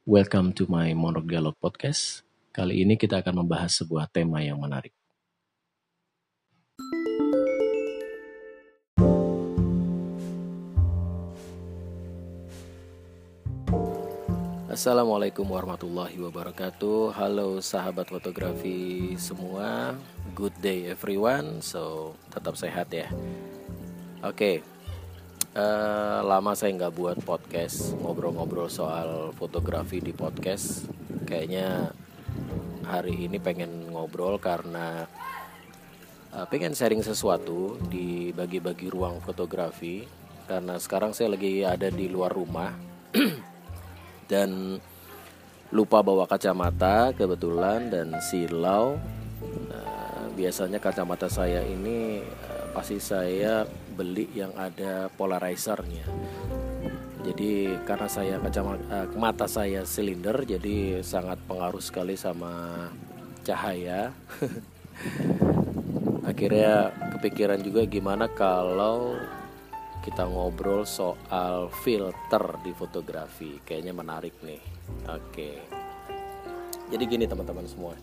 Welcome to my Monodialog Podcast. Kali ini kita akan membahas sebuah tema yang menarik. Assalamualaikum warahmatullahi wabarakatuh. Halo sahabat fotografi semua. Good day everyone. So, tetap sehat ya. Oke. Lama saya nggak buat podcast ngobrol-ngobrol soal fotografi di podcast. Kayaknya hari ini pengen ngobrol karena pengen sharing sesuatu di bagi-bagi ruang fotografi. Karena sekarang saya lagi ada di luar rumah dan lupa bawa kacamata kebetulan dan silau. Biasanya kacamata saya ini pasti saya beli yang ada polarizernya. Jadi karena saya mata saya silinder, jadi sangat pengaruh sekali sama cahaya. Akhirnya kepikiran juga gimana kalau kita ngobrol soal filter di fotografi. Kayaknya menarik nih. Oke. Jadi gini teman-teman semua.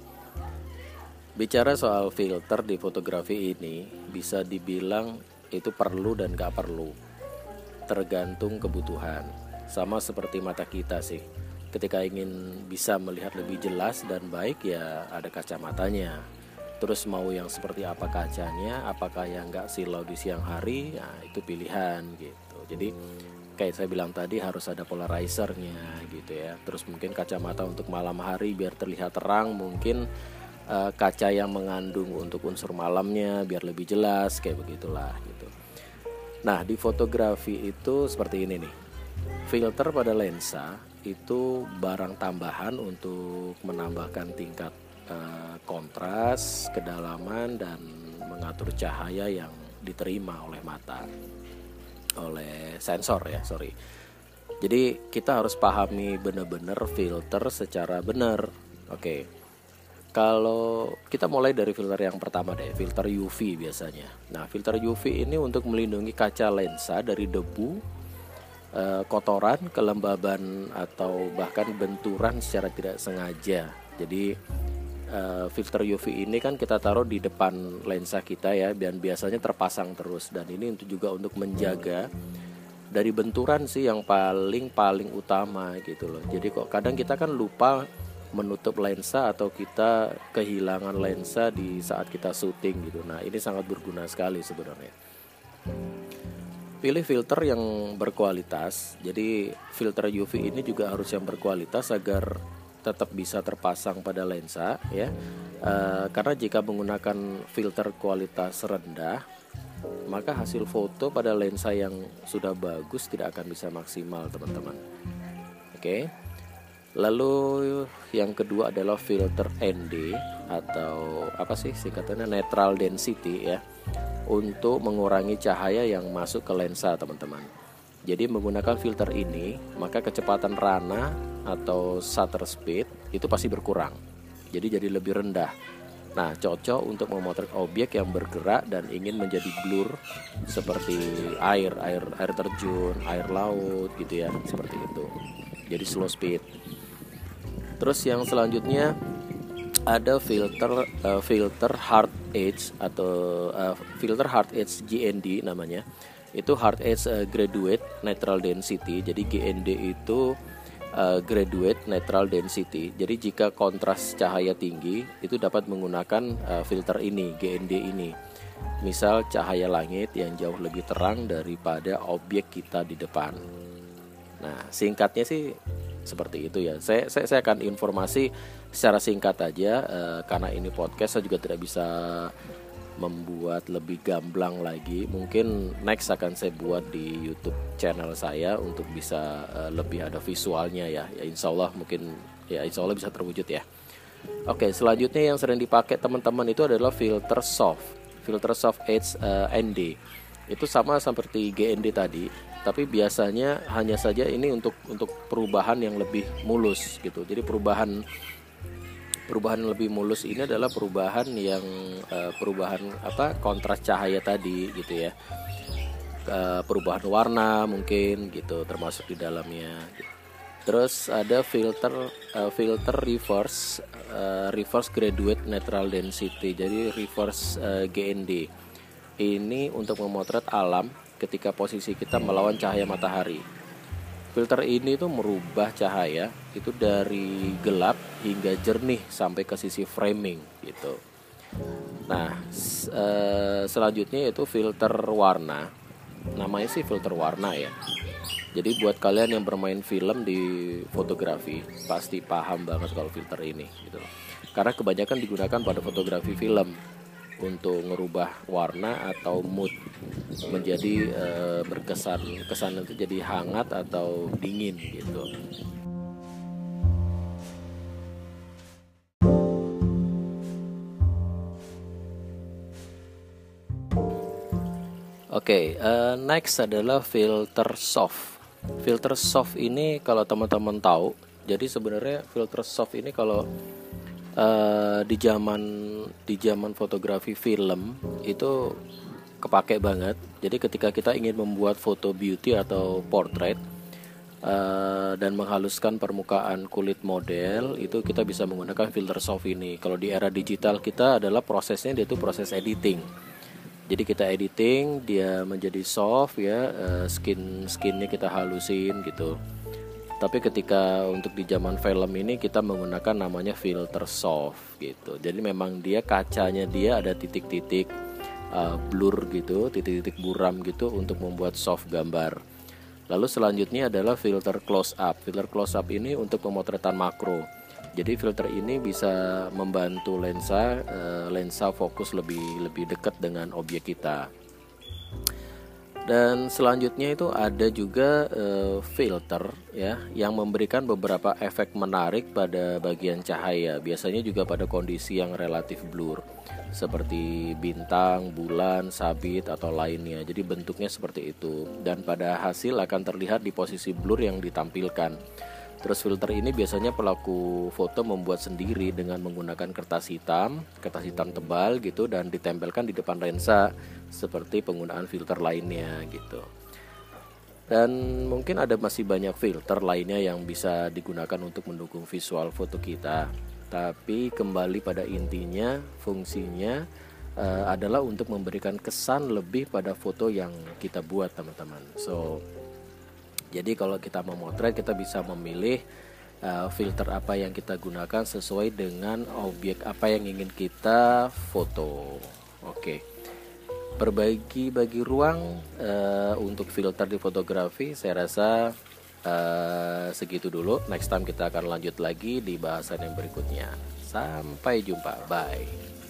Bicara soal filter di fotografi ini bisa dibilang itu perlu dan gak perlu, tergantung kebutuhan. Sama seperti mata kita sih, ketika ingin bisa melihat lebih jelas dan baik ya ada kacamatanya. Terus mau yang seperti apa kacanya, apakah yang gak silau di siang hari, nah itu pilihan gitu. Jadi kayak saya bilang tadi harus ada polarizernya gitu ya. Terus mungkin kacamata untuk malam hari biar terlihat terang, mungkin kaca yang mengandung untuk unsur malamnya biar lebih jelas, kayak begitulah gitu. Nah di fotografi itu seperti ini nih, filter pada lensa itu barang tambahan untuk menambahkan tingkat kontras, kedalaman dan mengatur cahaya yang diterima oleh mata, oleh sensor ya, Jadi kita harus pahami benar-benar filter secara benar. Oke. Kalau kita mulai dari filter yang pertama deh, filter UV biasanya. Nah, filter UV ini untuk melindungi kaca lensa dari debu, kotoran, kelembaban atau bahkan benturan secara tidak sengaja. Jadi filter UV ini kan kita taruh di depan lensa kita ya, dan biasanya terpasang terus. Dan ini juga untuk menjaga dari benturan sih yang paling utama gitu loh. Jadi kok kadang kita kan lupa menutup lensa atau kita kehilangan lensa di saat kita syuting gitu. Nah ini sangat berguna sekali sebenarnya. Pilih filter yang berkualitas. Jadi filter UV ini juga harus yang berkualitas agar tetap bisa terpasang pada lensa ya. Karena jika menggunakan filter kualitas rendah, maka hasil foto pada lensa yang sudah bagus tidak akan bisa maksimal teman-teman. Oke. Lalu yang kedua adalah filter ND atau apa sih singkatannya, neutral density ya, untuk mengurangi cahaya yang masuk ke lensa teman-teman. Jadi menggunakan filter ini maka kecepatan rana atau shutter speed itu pasti berkurang. Jadi lebih rendah. Nah cocok untuk memotret objek yang bergerak dan ingin menjadi blur seperti air terjun, air laut gitu ya, seperti itu. Jadi slow speed. Terus yang selanjutnya ada filter hard edge atau filter hard edge GND namanya. Itu hard edge graduate neutral density. Jadi GND itu graduate neutral density. Jadi jika kontras cahaya tinggi itu dapat menggunakan filter ini, GND ini. Misal cahaya langit yang jauh lebih terang daripada objek kita di depan. Nah, singkatnya sih seperti itu ya. Saya akan informasi secara singkat aja karena ini podcast, saya juga tidak bisa membuat lebih gamblang lagi. Mungkin next akan saya buat di YouTube channel saya untuk bisa lebih ada visualnya ya. Ya insya Allah bisa terwujud ya. Oke, selanjutnya yang sering dipakai teman-teman itu adalah filter soft edge ND. Itu sama seperti GND tadi, tapi biasanya hanya saja ini untuk perubahan yang lebih mulus gitu. Jadi perubahan lebih mulus ini adalah perubahan kontras cahaya tadi gitu ya. Perubahan warna mungkin gitu termasuk di dalamnya. Terus ada filter reverse graduate natural density, jadi reverse GND. Ini untuk memotret alam ketika posisi kita melawan cahaya matahari. Filter ini tuh merubah cahaya itu dari gelap hingga jernih sampai ke sisi framing gitu. Nah, selanjutnya yaitu filter warna. Namanya sih filter warna ya. Jadi buat kalian yang bermain film di fotografi pasti paham banget kalau filter ini gitu. Karena kebanyakan digunakan pada fotografi film untuk ngerubah warna atau mood menjadi kesan itu jadi hangat atau dingin gitu. Oke, next adalah filter soft. Filter soft ini kalau teman-teman tahu, jadi sebenarnya filter soft ini kalau di zaman fotografi film itu kepake banget. Jadi ketika kita ingin membuat foto beauty atau portrait dan menghaluskan permukaan kulit model, itu kita bisa menggunakan filter soft ini. Kalau di era digital kita adalah prosesnya yaitu proses editing. Jadi kita editing dia menjadi soft ya, skinnya kita halusin gitu. Tapi ketika untuk di zaman film ini kita menggunakan namanya filter soft gitu. Jadi memang dia kacanya dia ada titik-titik blur gitu, titik-titik buram gitu untuk membuat soft gambar. Lalu selanjutnya adalah filter close up. Filter close up ini untuk pemotretan makro. Jadi filter ini bisa membantu lensa fokus lebih dekat dengan objek kita. Dan selanjutnya itu ada juga filter ya yang memberikan beberapa efek menarik pada bagian cahaya. Biasanya juga pada kondisi yang relatif blur seperti bintang, bulan, sabit atau lainnya. Jadi bentuknya seperti itu dan pada hasil akan terlihat di posisi blur yang ditampilkan. Terus filter ini biasanya pelaku foto membuat sendiri dengan menggunakan kertas hitam tebal gitu dan ditempelkan di depan lensa seperti penggunaan filter lainnya gitu. Dan mungkin ada masih banyak filter lainnya yang bisa digunakan untuk mendukung visual foto kita. Tapi kembali pada intinya, fungsinya adalah untuk memberikan kesan lebih pada foto yang kita buat, teman-teman. Jadi kalau kita memotret kita bisa memilih filter apa yang kita gunakan sesuai dengan objek apa yang ingin kita foto. Oke. Bagi ruang untuk filter di fotografi saya rasa segitu dulu. Next time kita akan lanjut lagi di bahasan yang berikutnya. Sampai jumpa. Bye.